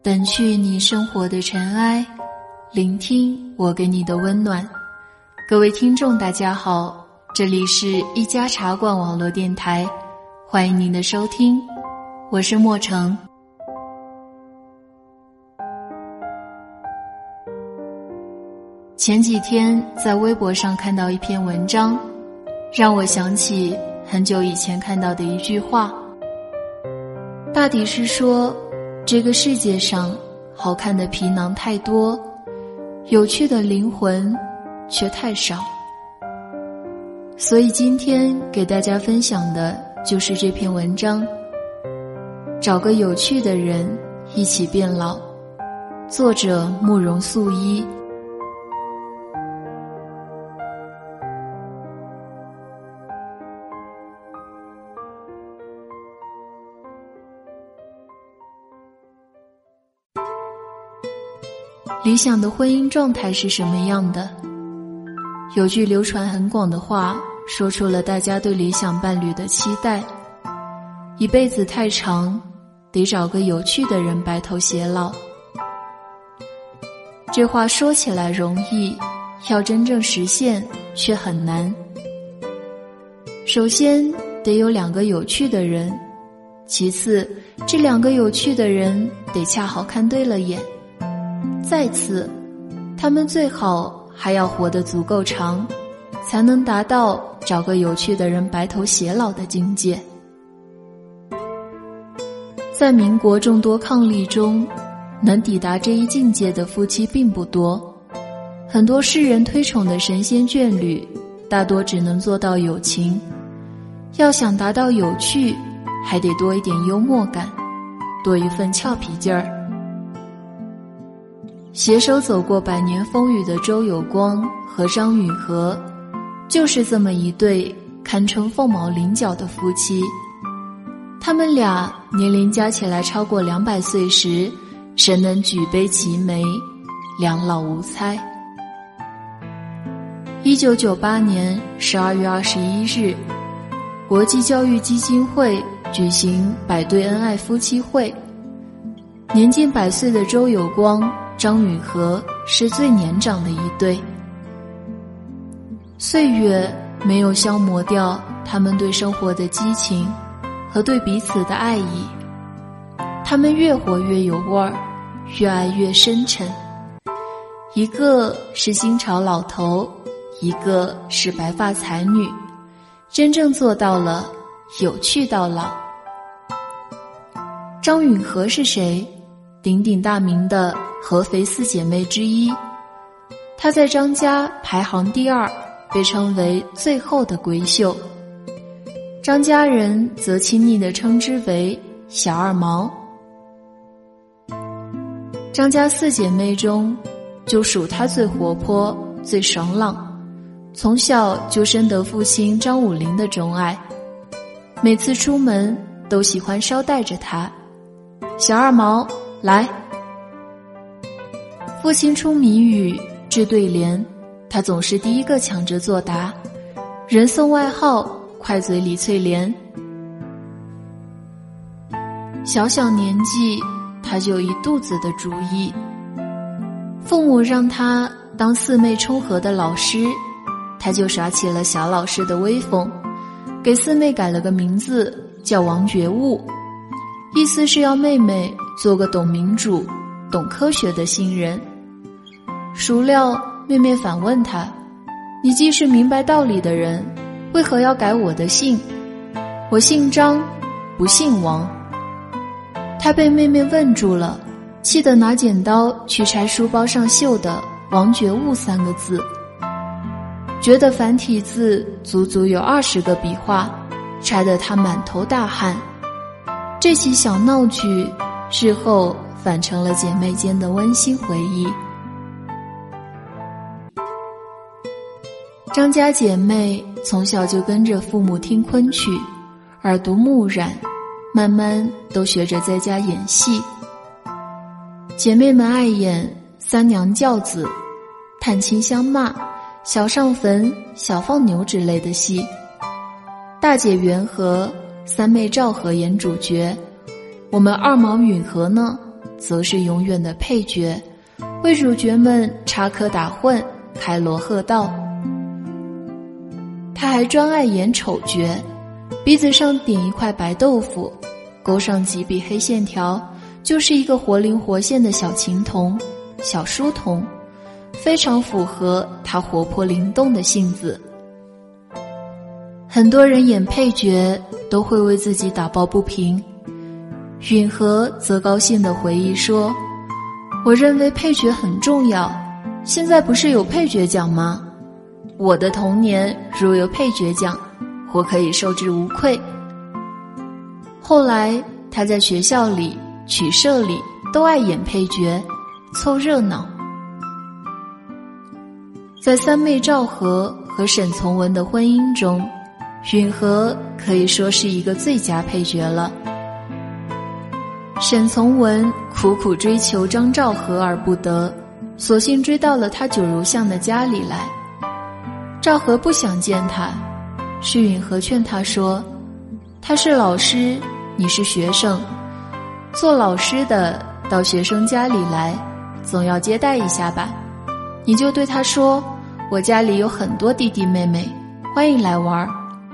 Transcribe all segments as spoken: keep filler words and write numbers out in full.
掸去你生活的尘埃，聆听我给你的温暖。各位听众大家好，这里是一家茶馆网络电台，欢迎您的收听，我是莫成。前几天在微博上看到一篇文章，让我想起很久以前看到的一句话，大抵是说这个世界上好看的皮囊太多，有趣的灵魂却太少。所以今天给大家分享的就是这篇文章，找个有趣的人一起变老，作者慕容素一。理想的婚姻状态是什么样的？有句流传很广的话，说出了大家对理想伴侣的期待：一辈子太长，得找个有趣的人白头偕老。这话说起来容易，要真正实现却很难。首先得有两个有趣的人，其次这两个有趣的人得恰好看对了眼，再次他们最好还要活得足够长，才能达到找个有趣的人白头偕老的境界。在民国众多伉俪中，能抵达这一境界的夫妻并不多，很多世人推崇的神仙眷侣大多只能做到有情，要想达到有趣，还得多一点幽默感，多一份俏皮劲儿。携手走过百年风雨的周有光和张允和，就是这么一对堪称凤毛麟角的夫妻。他们俩年龄加起来超过两百岁时，谁能举杯齐眉，两老无猜。一九九八年十二月二十一日，国际教育基金会举行百对恩爱夫妻会，年近百岁的周有光张允和是最年长的一对。岁月没有消磨掉他们对生活的激情和对彼此的爱意，他们越活越有味儿，越爱越深沉。一个是新潮老头，一个是白发才女，真正做到了有趣到老。张允和是谁？鼎鼎大名的合肥四姐妹之一，她在张家排行第二，被称为最后的闺秀。张家人则亲昵地称之为小二毛。张家四姐妹中，就属她最活泼最爽朗，从小就深得父亲张武龄的钟爱，每次出门都喜欢捎带着她。小二毛来，父亲出谜语致对联，他总是第一个抢着作答，人送外号快嘴李翠莲。小小年纪他就有一肚子的主意，父母让他当四妹冲和的老师，他就耍起了小老师的威风，给四妹改了个名字叫王觉悟，意思是要妹妹做个懂民主懂科学的新人。孰料妹妹反问他，你既是明白道理的人，为何要改我的姓？我姓张，不姓王。他被妹妹问住了，气得拿剪刀去拆书包上绣的王觉悟三个字，觉得繁体字足足有二十个笔画，拆得他满头大汗。这起小闹剧日后反成了姐妹间的温馨回忆。张家姐妹从小就跟着父母听昆曲，耳濡目染，慢慢都学着在家演戏。姐妹们爱演三娘教子、探亲相骂、小上坟、小放牛之类的戏。大姐元和、三妹赵和演主角，我们二毛允和呢则是永远的配角，为主角们插科打诨，开锣贺道。他还专爱演丑角，鼻子上点一块白豆腐，勾上几笔黑线条，就是一个活灵活现的小琴童、小书童，非常符合他活泼灵动的性子。很多人演配角都会为自己打抱不平，允和则高兴地回忆说，我认为配角很重要，现在不是有配角奖吗？我的童年如有配角奖，我可以受之无愧。后来他在学校里、曲社里都爱演配角，凑热闹。在三妹赵和和沈从文的婚姻中，允和可以说是一个最佳配角了。沈从文苦苦追求张兆和而不得，索性追到了他九如巷的家里来。赵和不想见他，是允和劝他说，他是老师，你是学生，做老师的到学生家里来，总要接待一下吧。你就对他说，我家里有很多弟弟妹妹，欢迎来玩。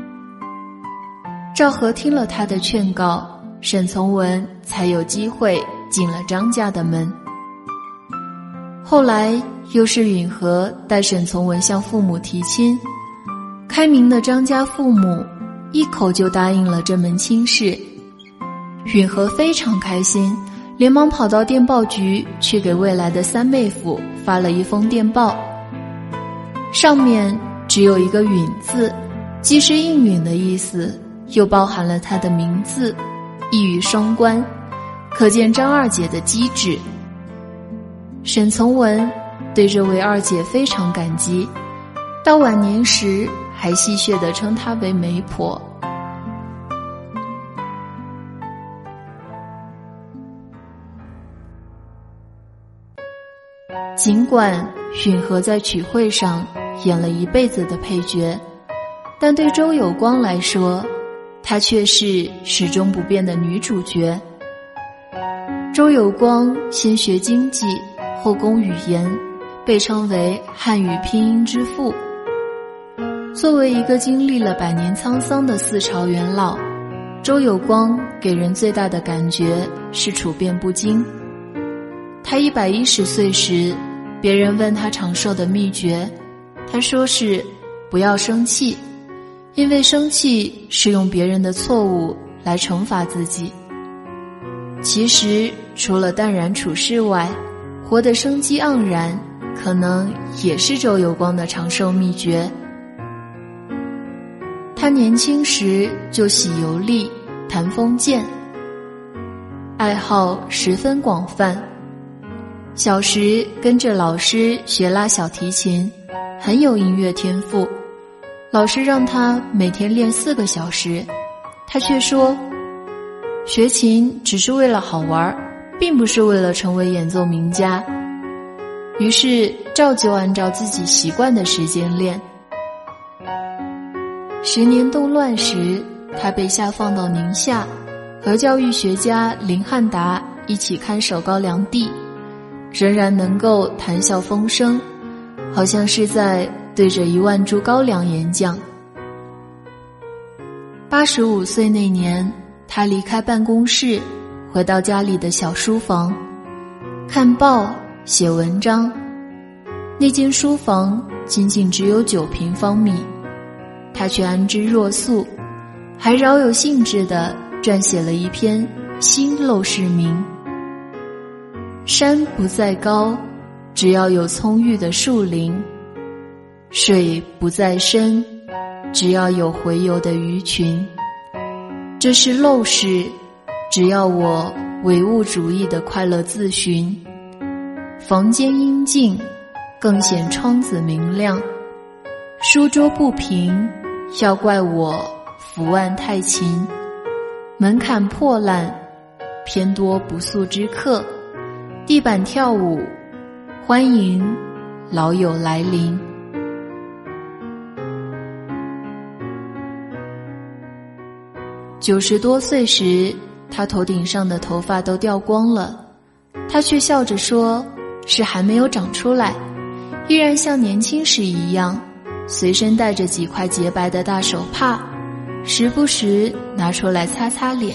赵和听了他的劝告，沈从文才有机会进了张家的门。后来又是允和带沈从文向父母提亲，开明的张家父母一口就答应了这门亲事。允和非常开心，连忙跑到电报局去给未来的三妹夫发了一封电报，上面只有一个允字，既是应允的意思，又包含了他的名字，一语双关，可见张二姐的机智。沈从文对这位二姐非常感激，到晚年时还戏谑地称她为媒婆。尽管允和在曲会上演了一辈子的配角，但对周有光来说，她却是始终不变的女主角。周有光先学经济，后攻语言，被称为汉语拼音之父。作为一个经历了百年沧桑的四朝元老，周有光给人最大的感觉是处变不惊。他一百一十岁时，别人问他长寿的秘诀，他说是不要生气，因为生气是用别人的错误来惩罚自己。其实除了淡然处世外，活得生机盎然可能也是周有光的长寿秘诀。他年轻时就喜游历、弹封建，爱好十分广泛。小时跟着老师学拉小提琴，很有音乐天赋。老师让他每天练四个小时，他却说，学琴只是为了好玩，并不是为了成为演奏名家。于是照旧按照自己习惯的时间练。十年动乱时，他被下放到宁夏，和教育学家林汉达一起看守高粱地，仍然能够谈笑风生，好像是在对着一万株高粱演讲。八十五岁那年，他离开办公室，回到家里的小书房，看报、写文章。那间书房仅仅只有九平方米，他却安之若素，还饶有兴致地撰写了一篇《新陋室铭》。山不在高，只要有葱郁的树林；水不在深，只要有洄游的鱼群。这是陋室，只要我唯物主义的快乐自寻。房间阴静，更显窗子明亮。书桌不平，要怪我伏案太勤。门槛破烂，偏多不速之客。地板跳舞，欢迎老友来临。九十多岁时，他头顶上的头发都掉光了， 他却笑着说是还没有长出来，依然像年轻时一样，随身带着几块洁白的大手帕，时不时拿出来擦擦脸。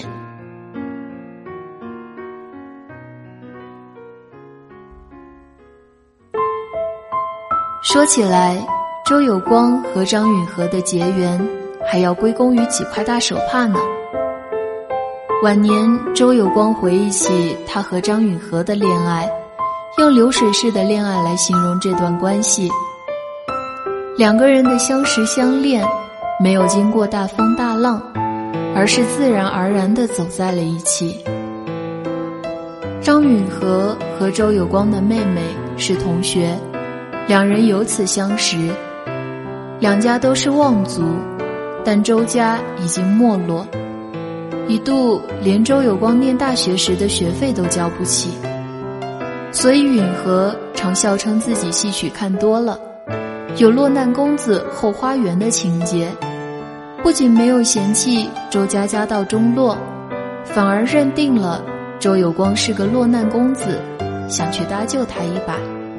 说起来，周有光和张允和的结缘还要归功于几块大手帕呢。晚年，周有光回忆起他和张允和的恋爱，用流水式的恋爱来形容这段关系。两个人的相识相恋，没有经过大风大浪，而是自然而然地走在了一起。张允和和周有光的妹妹是同学，两人由此相识。两家都是望族，但周家已经没落，一度连周有光念大学时的学费都交不起，所以允和常笑称自己戏曲看多了，有落难公子后花园的情节，不仅没有嫌弃周家家道中落，反而认定了周有光是个落难公子，想去搭救他一把。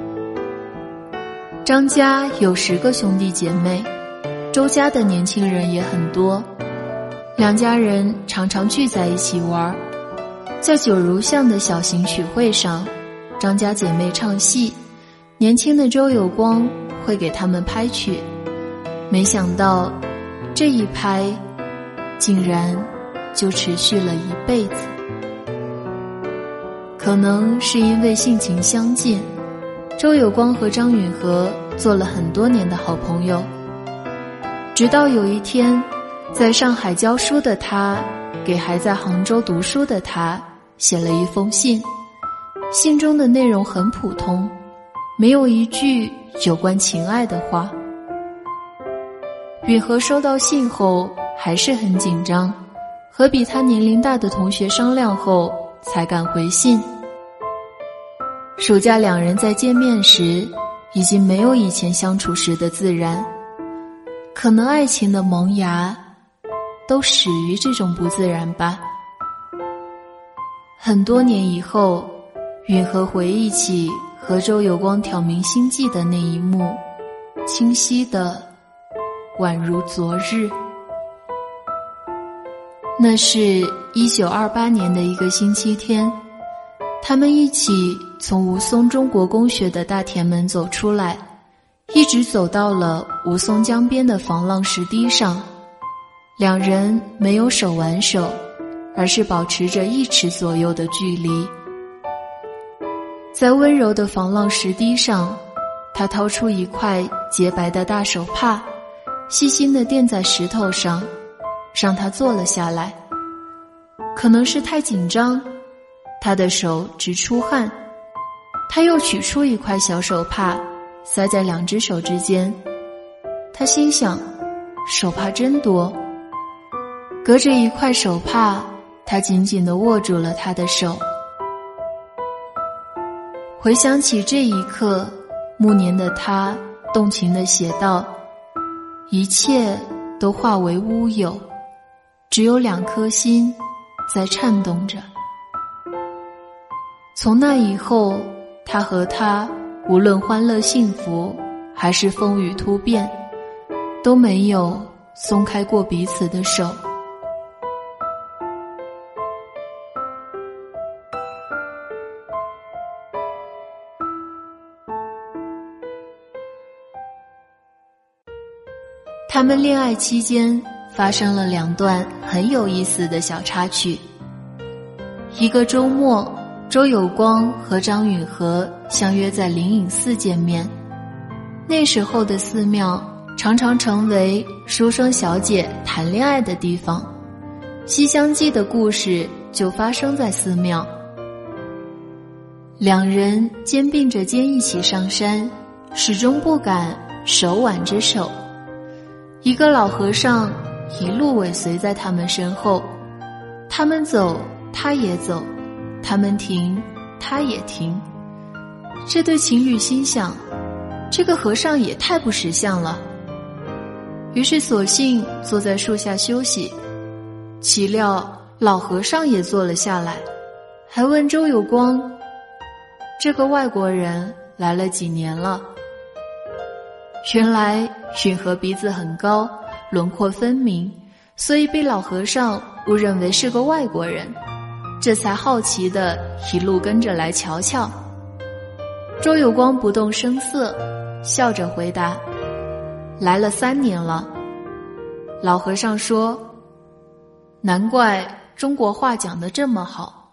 张家有十个兄弟姐妹，周家的年轻人也很多，两家人常常聚在一起玩。在九如巷的小型曲会上，张家姐妹唱戏，年轻的周有光会给他们拍曲，没想到这一拍竟然就持续了一辈子。可能是因为性情相近，周有光和张允和做了很多年的好朋友。直到有一天，在上海教书的他给还在杭州读书的他写了一封信，信中的内容很普通，没有一句有关情爱的话。允和收到信后还是很紧张，和比他年龄大的同学商量后才敢回信。暑假两人在见面时已经没有以前相处时的自然，可能爱情的萌芽都始于这种不自然吧。很多年以后，允和回忆起和周有光挑明心计的那一幕，清晰的宛如昨日。那是一九二八年的一个星期天，他们一起从吴淞中国公学的大田门走出来，一直走到了吴淞江边的防浪石堤上。两人没有手挽手，而是保持着一尺左右的距离。在温柔的防浪石堤上，他掏出一块洁白的大手帕，细心地垫在石头上，让他坐了下来。可能是太紧张，他的手直出汗。他又取出一块小手帕，塞在两只手之间。他心想，手帕真多。隔着一块手帕，他紧紧地握住了他的手。回想起这一刻，暮年的他动情地写道，一切都化为乌有，只有两颗心在颤动着。从那以后，他和他无论欢乐幸福还是风雨突变，都没有松开过彼此的手。他们恋爱期间发生了两段很有意思的小插曲。一个周末，周有光和张允和相约在灵隐寺见面。那时候的寺庙常常成为书生小姐谈恋爱的地方，《西厢记》的故事就发生在寺庙。两人肩并着肩一起上山，始终不敢手挽着手。一个老和尚一路尾随在他们身后，他们走，他也走，他们停，他也停。这对情侣心想，这个和尚也太不识相了，于是索性坐在树下休息。岂料老和尚也坐了下来，还问周有光， 这个外国人来了几年了。原来允和鼻子很高，轮廓分明，所以被老和尚误认为是个外国人，这才好奇地一路跟着来瞧瞧。周有光不动声色，笑着回答：来了三年了。老和尚说：难怪中国话讲得这么好。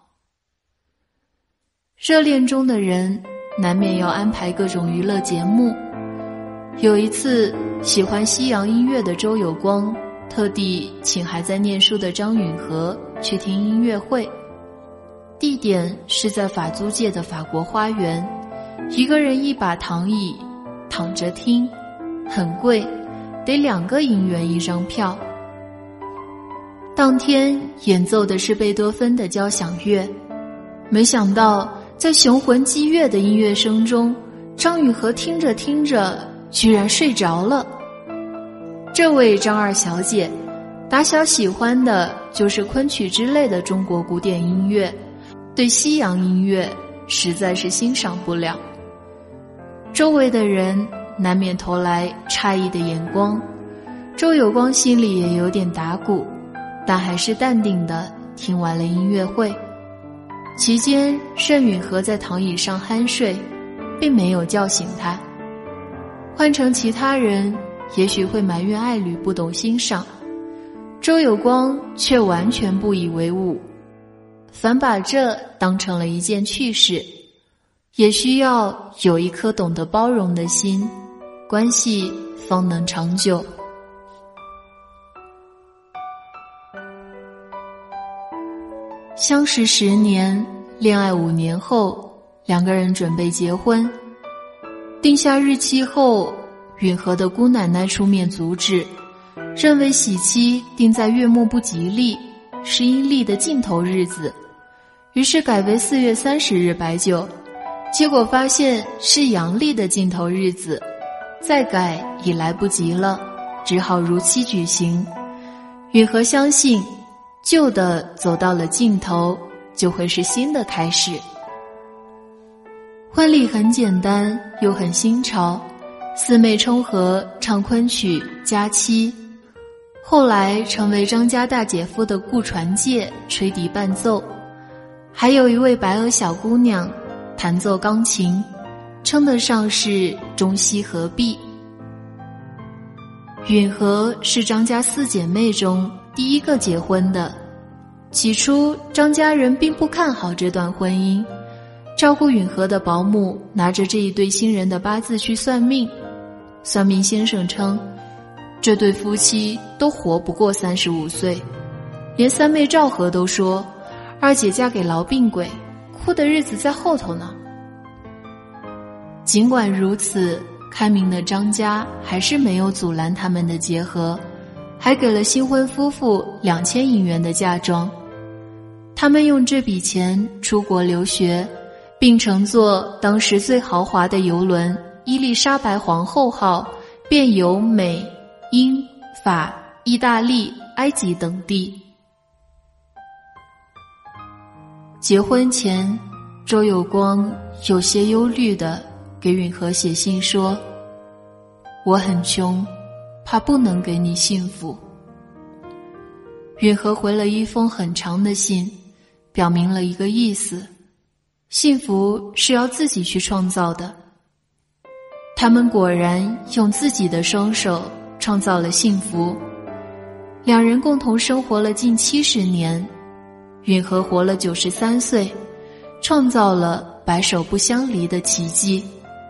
热恋中的人难免要安排各种娱乐节目。有一次，喜欢西洋音乐的周有光特地请还在念书的张允和去听音乐会，地点是在法租界的法国花园，一个人一把躺椅，躺着听，很贵，得两个银元一张票。当天演奏的是贝多芬的交响乐，没想到在雄浑激越的音乐声中，张允和听着听着居然睡着了。这位张二小姐打小喜欢的就是昆曲之类的中国古典音乐，对西洋音乐实在是欣赏不了。周围的人难免投来诧异的眼光，周有光心里也有点打鼓，但还是淡定地听完了音乐会。期间盛允和在躺椅上酣睡，并没有叫醒他。换成其他人也许会埋怨爱侣不懂欣赏，周有光却完全不以为忤，反把这当成了一件趣事。也需要有一颗懂得包容的心，关系方能长久。相识十年，恋爱五年后，两个人准备结婚。定下日期后，允和的姑奶奶出面阻止，认为喜期定在月末不吉利，是阴历的尽头日子，于是改为四月三十日摆酒。结果发现是阳历的尽头日子，再改已来不及了，只好如期举行。允和相信，旧的走到了尽头，就会是新的开始。婚礼很简单，又很新潮，四妹冲和唱昆曲《佳期》，后来成为张家大姐夫的顾传介吹笛伴奏，还有一位白额小姑娘弹奏钢琴，称得上是中西合璧。允和是张家四姐妹中第一个结婚的，起初张家人并不看好这段婚姻，照顾允和的保姆拿着这一对新人的八字去算命，算命先生称这对夫妻都活不过三十五岁，连三妹赵和都说二姐嫁给痨病鬼，哭的日子在后头呢。尽管如此，开明的张家还是没有阻拦他们的结合，还给了新婚夫妇两千银元的嫁妆。他们用这笔钱出国留学，并乘坐当时最豪华的游轮伊丽莎白皇后号，遍游美、英、法、意大利、埃及等地。结婚前，周有光有些忧虑地给允和写信说：我很穷，怕不能给你幸福。允和回了一封很长的信，表明了一个意思：幸福是要自己去创造的。他们果然用自己的双手创造了幸福。两人共同生活了近七十年，允和活了九十三岁，创造了白首不相离的奇迹。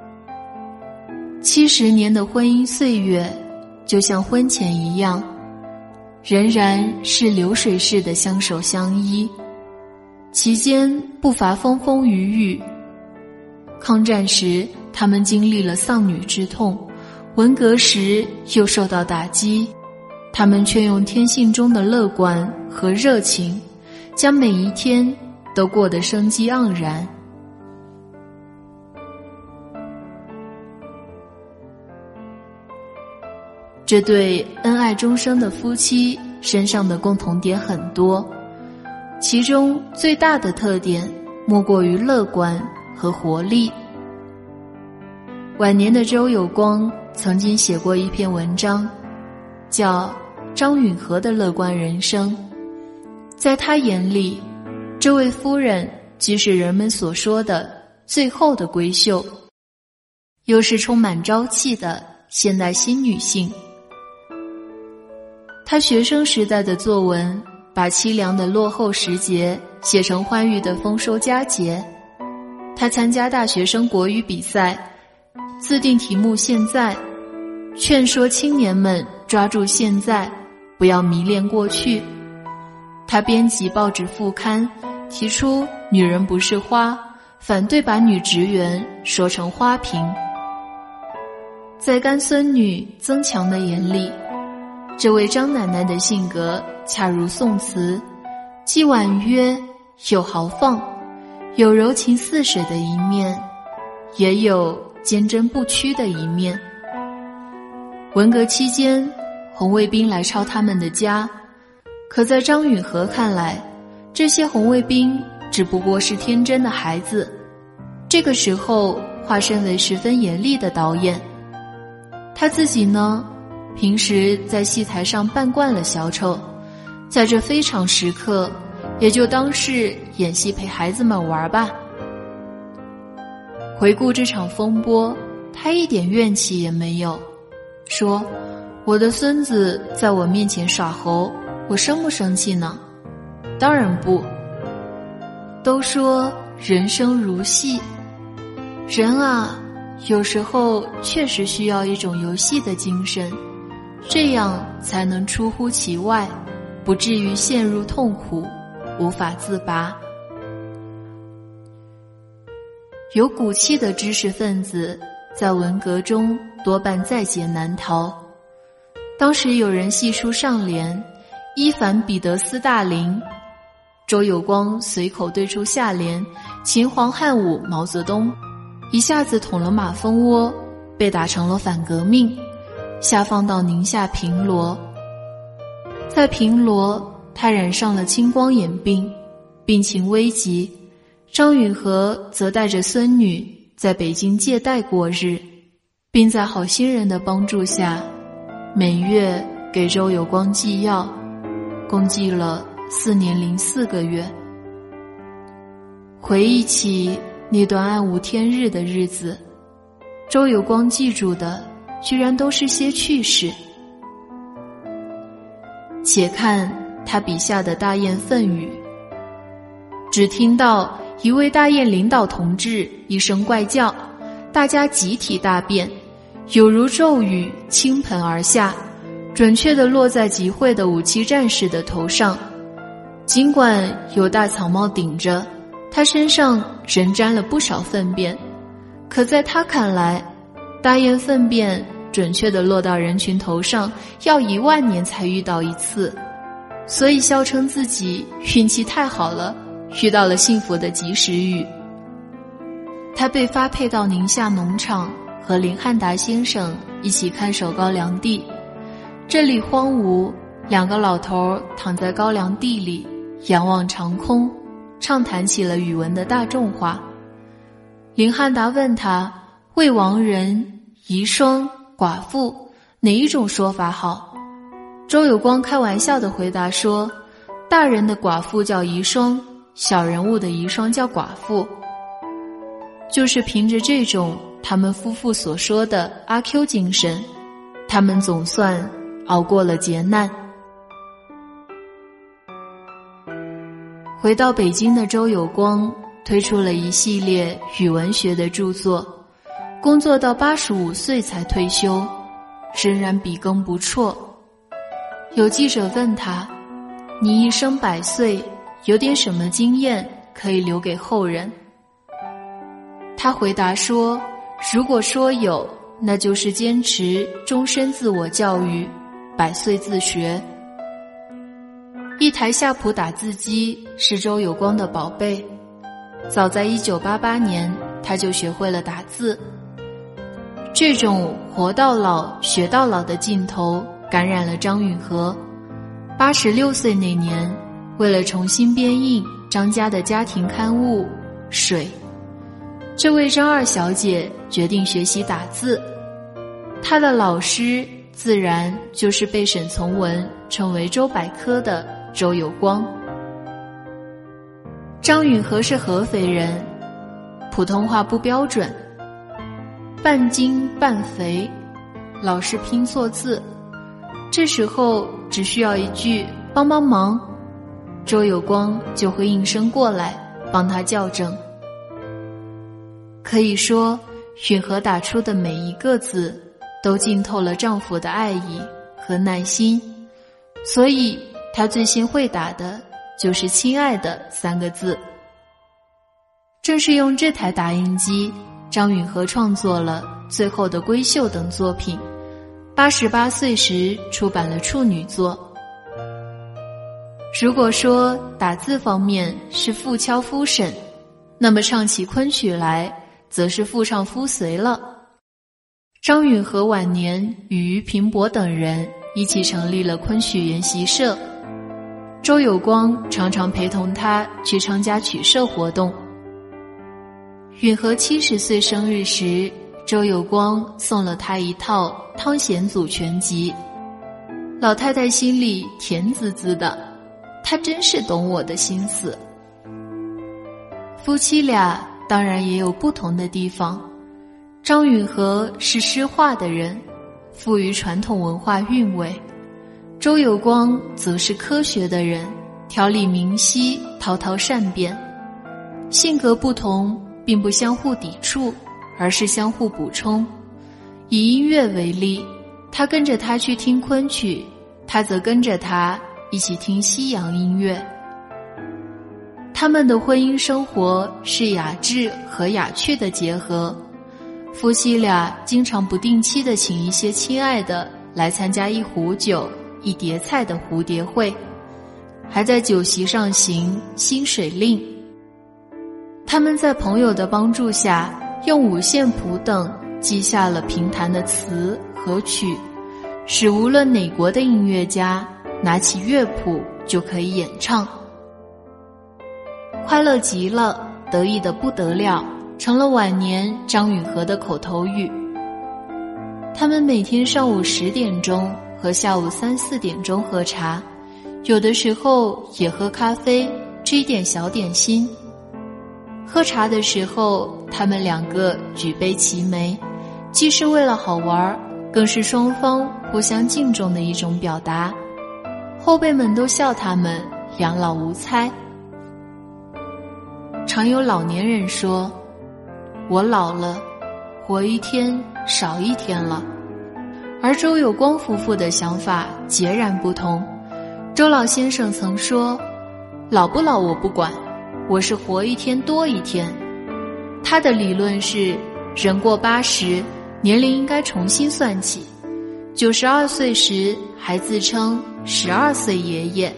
七十年的婚姻岁月，就像婚前一样，仍然是流水式的相守相依，其间不乏风风雨雨。抗战时，他们经历了丧女之痛；文革时又受到打击，他们却用天性中的乐观和热情，将每一天都过得生机盎然。这对恩爱终生的夫妻身上的共同点很多，其中最大的特点莫过于乐观和活力。晚年的周有光曾经写过一篇文章，叫《张允和的乐观人生》。在他眼里，这位夫人即是人们所说的最后的闺秀，又是充满朝气的现代新女性。他学生时代的作文，把凄凉的落后时节写成欢愉的丰收佳节。他参加大学生国语比赛，自定题目现在，劝说青年们抓住现在，不要迷恋过去。他编辑报纸副刊，提出女人不是花，反对把女职员说成花瓶。在干孙女曾强的眼里，这位张奶奶的性格恰如宋词，既婉约又豪放，有柔情似水的一面，也有坚贞不屈的一面。文革期间，红卫兵来抄他们的家，可在张允和看来，这些红卫兵只不过是天真的孩子。这个时候化身为十分严厉的导演。他自己呢，平时在戏台上扮惯了小丑，在这非常时刻，也就当是演戏陪孩子们玩吧。回顾这场风波，他一点怨气也没有，说：我的孙子在我面前耍猴，我生不生气呢？当然不。都说人生如戏，人啊，有时候确实需要一种游戏的精神，这样才能出乎其外，不至于陷入痛苦，无法自拔。有骨气的知识分子在文革中多半在劫难逃。当时有人细书上联，伊凡彼得斯大林，周有光随口对出下联，秦皇汉武毛泽东，一下子捅了马蜂窝，被打成了反革命，下放到宁夏平罗。在平罗，他染上了青光眼病，病情危急。张允和则带着孙女在北京借贷过日，并在好心人的帮助下，每月给周有光寄药，共计了四年零四个月。回忆起那段暗无天日的日子，周有光记住的居然都是些趣事。且看他笔下的大雁粪语，只听到一位大雁领导同志一声怪叫，大家集体大便，有如骤雨倾盆而下，准确地落在集会的五七战士的头上。尽管有大草帽顶着，他身上仍沾了不少粪便，可在他看来，大雁粪便准确地落到人群头上要一万年才遇到一次，所以笑称自己运气太好了，遇到了幸福的及时雨。他被发配到宁夏农场，和林汉达先生一起看守高粱地。这里荒芜，两个老头躺在高粱地里，仰望长空，畅谈起了语文的大众化。林汉达问他，为亡人、遗孀、寡妇哪一种说法好？周有光开玩笑地回答说，大人的寡妇叫遗孀，小人物的遗孀叫寡妇。就是凭着这种他们夫妇所说的阿 Q 精神，他们总算熬过了劫难。回到北京的周有光推出了一系列语文学的著作，工作到八十五岁才退休，仍然笔耕不辍。有记者问他，你一生百岁，有点什么经验可以留给后人？他回答说，如果说有，那就是坚持终身自我教育，百岁自学。一台夏普打字机是周有光的宝贝，早在一九八八年他就学会了打字。这种活到老学到老的劲头感染了张允和。八十六岁那年，为了重新编印张家的家庭刊物《水》， 这位张二小姐决定学习打字，她的老师自然就是被沈从文称为周百科的周有光。张允和是合肥人，普通话不标准，半精半肥，老是拼错字。这时候只需要一句帮帮忙，周有光就会应声过来帮他校正。可以说，允和打出的每一个字都浸透了丈夫的爱意和耐心，所以她最先会打的就是亲爱的三个字。正是用这台打印机，张允和创作了《最后的闺秀》等作品，八十八岁时出版了处女作。如果说打字方面是妇敲夫审，那么唱起昆曲来则是妇唱夫随了。张允和晚年与于平伯等人一起成立了昆曲研习社，周有光常常陪同他去参加曲社活动。允和七十岁生日时，周有光送了他一套汤显祖全集。老太太心里甜滋滋的，他真是懂我的心思。夫妻俩当然也有不同的地方，张允和是诗化的人，富于传统文化韵味，周有光则是科学的人，条理明晰，滔滔善辩。性格不同并不相互抵触，而是相互补充。以音乐为例，他跟着他去听昆曲，他则跟着他一起听西洋音乐。他们的婚姻生活是雅致和雅趣的结合，夫妻俩经常不定期地请一些亲爱的来参加一壶酒一碟菜的蝴蝶会，还在酒席上行薪水令。他们在朋友的帮助下，用五线谱等记下了评弹的词和曲，使无论哪国的音乐家拿起乐谱就可以演唱。快乐极了，得意得不得了，成了晚年张允和的口头语。他们每天上午十点钟和下午三四点钟喝茶，有的时候也喝咖啡，吃一点小点心。喝茶的时候，他们两个举杯齐眉，既是为了好玩，更是双方互相敬重的一种表达。后辈们都笑他们养老无猜。常有老年人说，我老了，活一天少一天了。而周有光夫妇的想法截然不同。周老先生曾说，老不老我不管，我是活一天多一天。他的理论是，人过八十，年龄应该重新算起。九十二岁时还自称十二岁爷爷。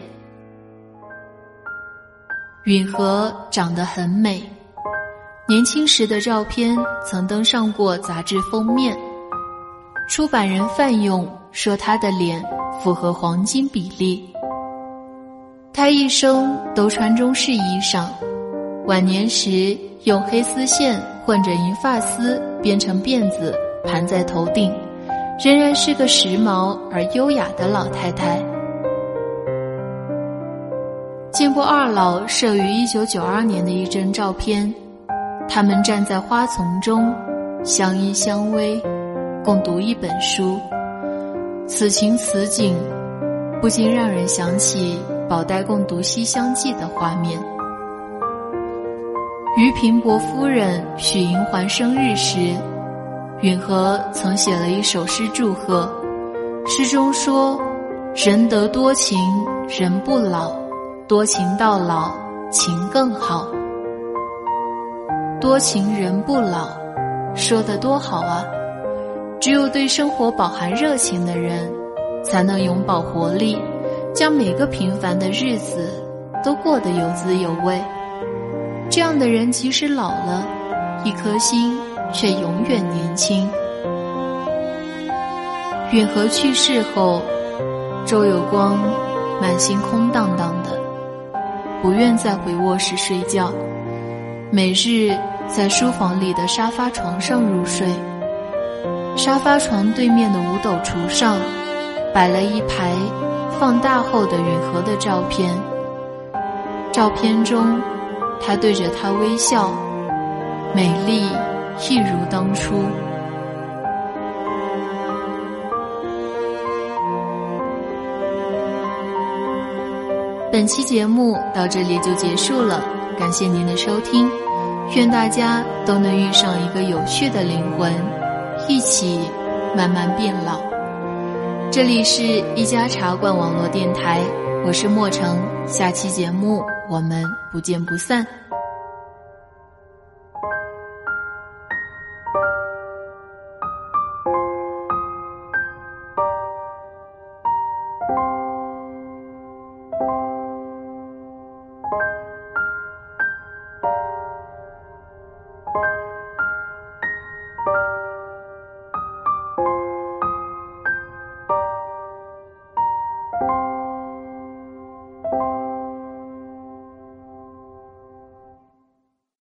允和长得很美，年轻时的照片曾登上过杂志封面。出版人范用说她的脸符合黄金比例。她一生都穿中式衣裳，晚年时用黑丝线混着银发丝编成辫子盘在头顶，仍然是个时髦而优雅的老太太。见过二老摄于一九九二年的一张照片，他们站在花丛中，相依相偎，共读一本书。此情此景，不禁让人想起宝黛共读《西厢记》的画面。于平伯夫人许银环生日时，允和曾写了一首诗祝贺，诗中说，人得多情人不老，多情到老情更好。多情人不老，说得多好啊！只有对生活饱含热情的人，才能永葆活力，将每个平凡的日子都过得有滋有味。这样的人即使老了，一颗心却永远年轻。允和去世后，周有光满心空荡荡的，不愿再回卧室睡觉，每日在书房里的沙发床上入睡。沙发床对面的五斗橱上摆了一排放大后的允和的照片，照片中他对着她微笑，美丽一如当初。本期节目到这里就结束了，感谢您的收听，愿大家都能遇上一个有趣的灵魂，一起慢慢变老。这里是一家茶馆网络电台，我是莫成，下期节目我们不见不散。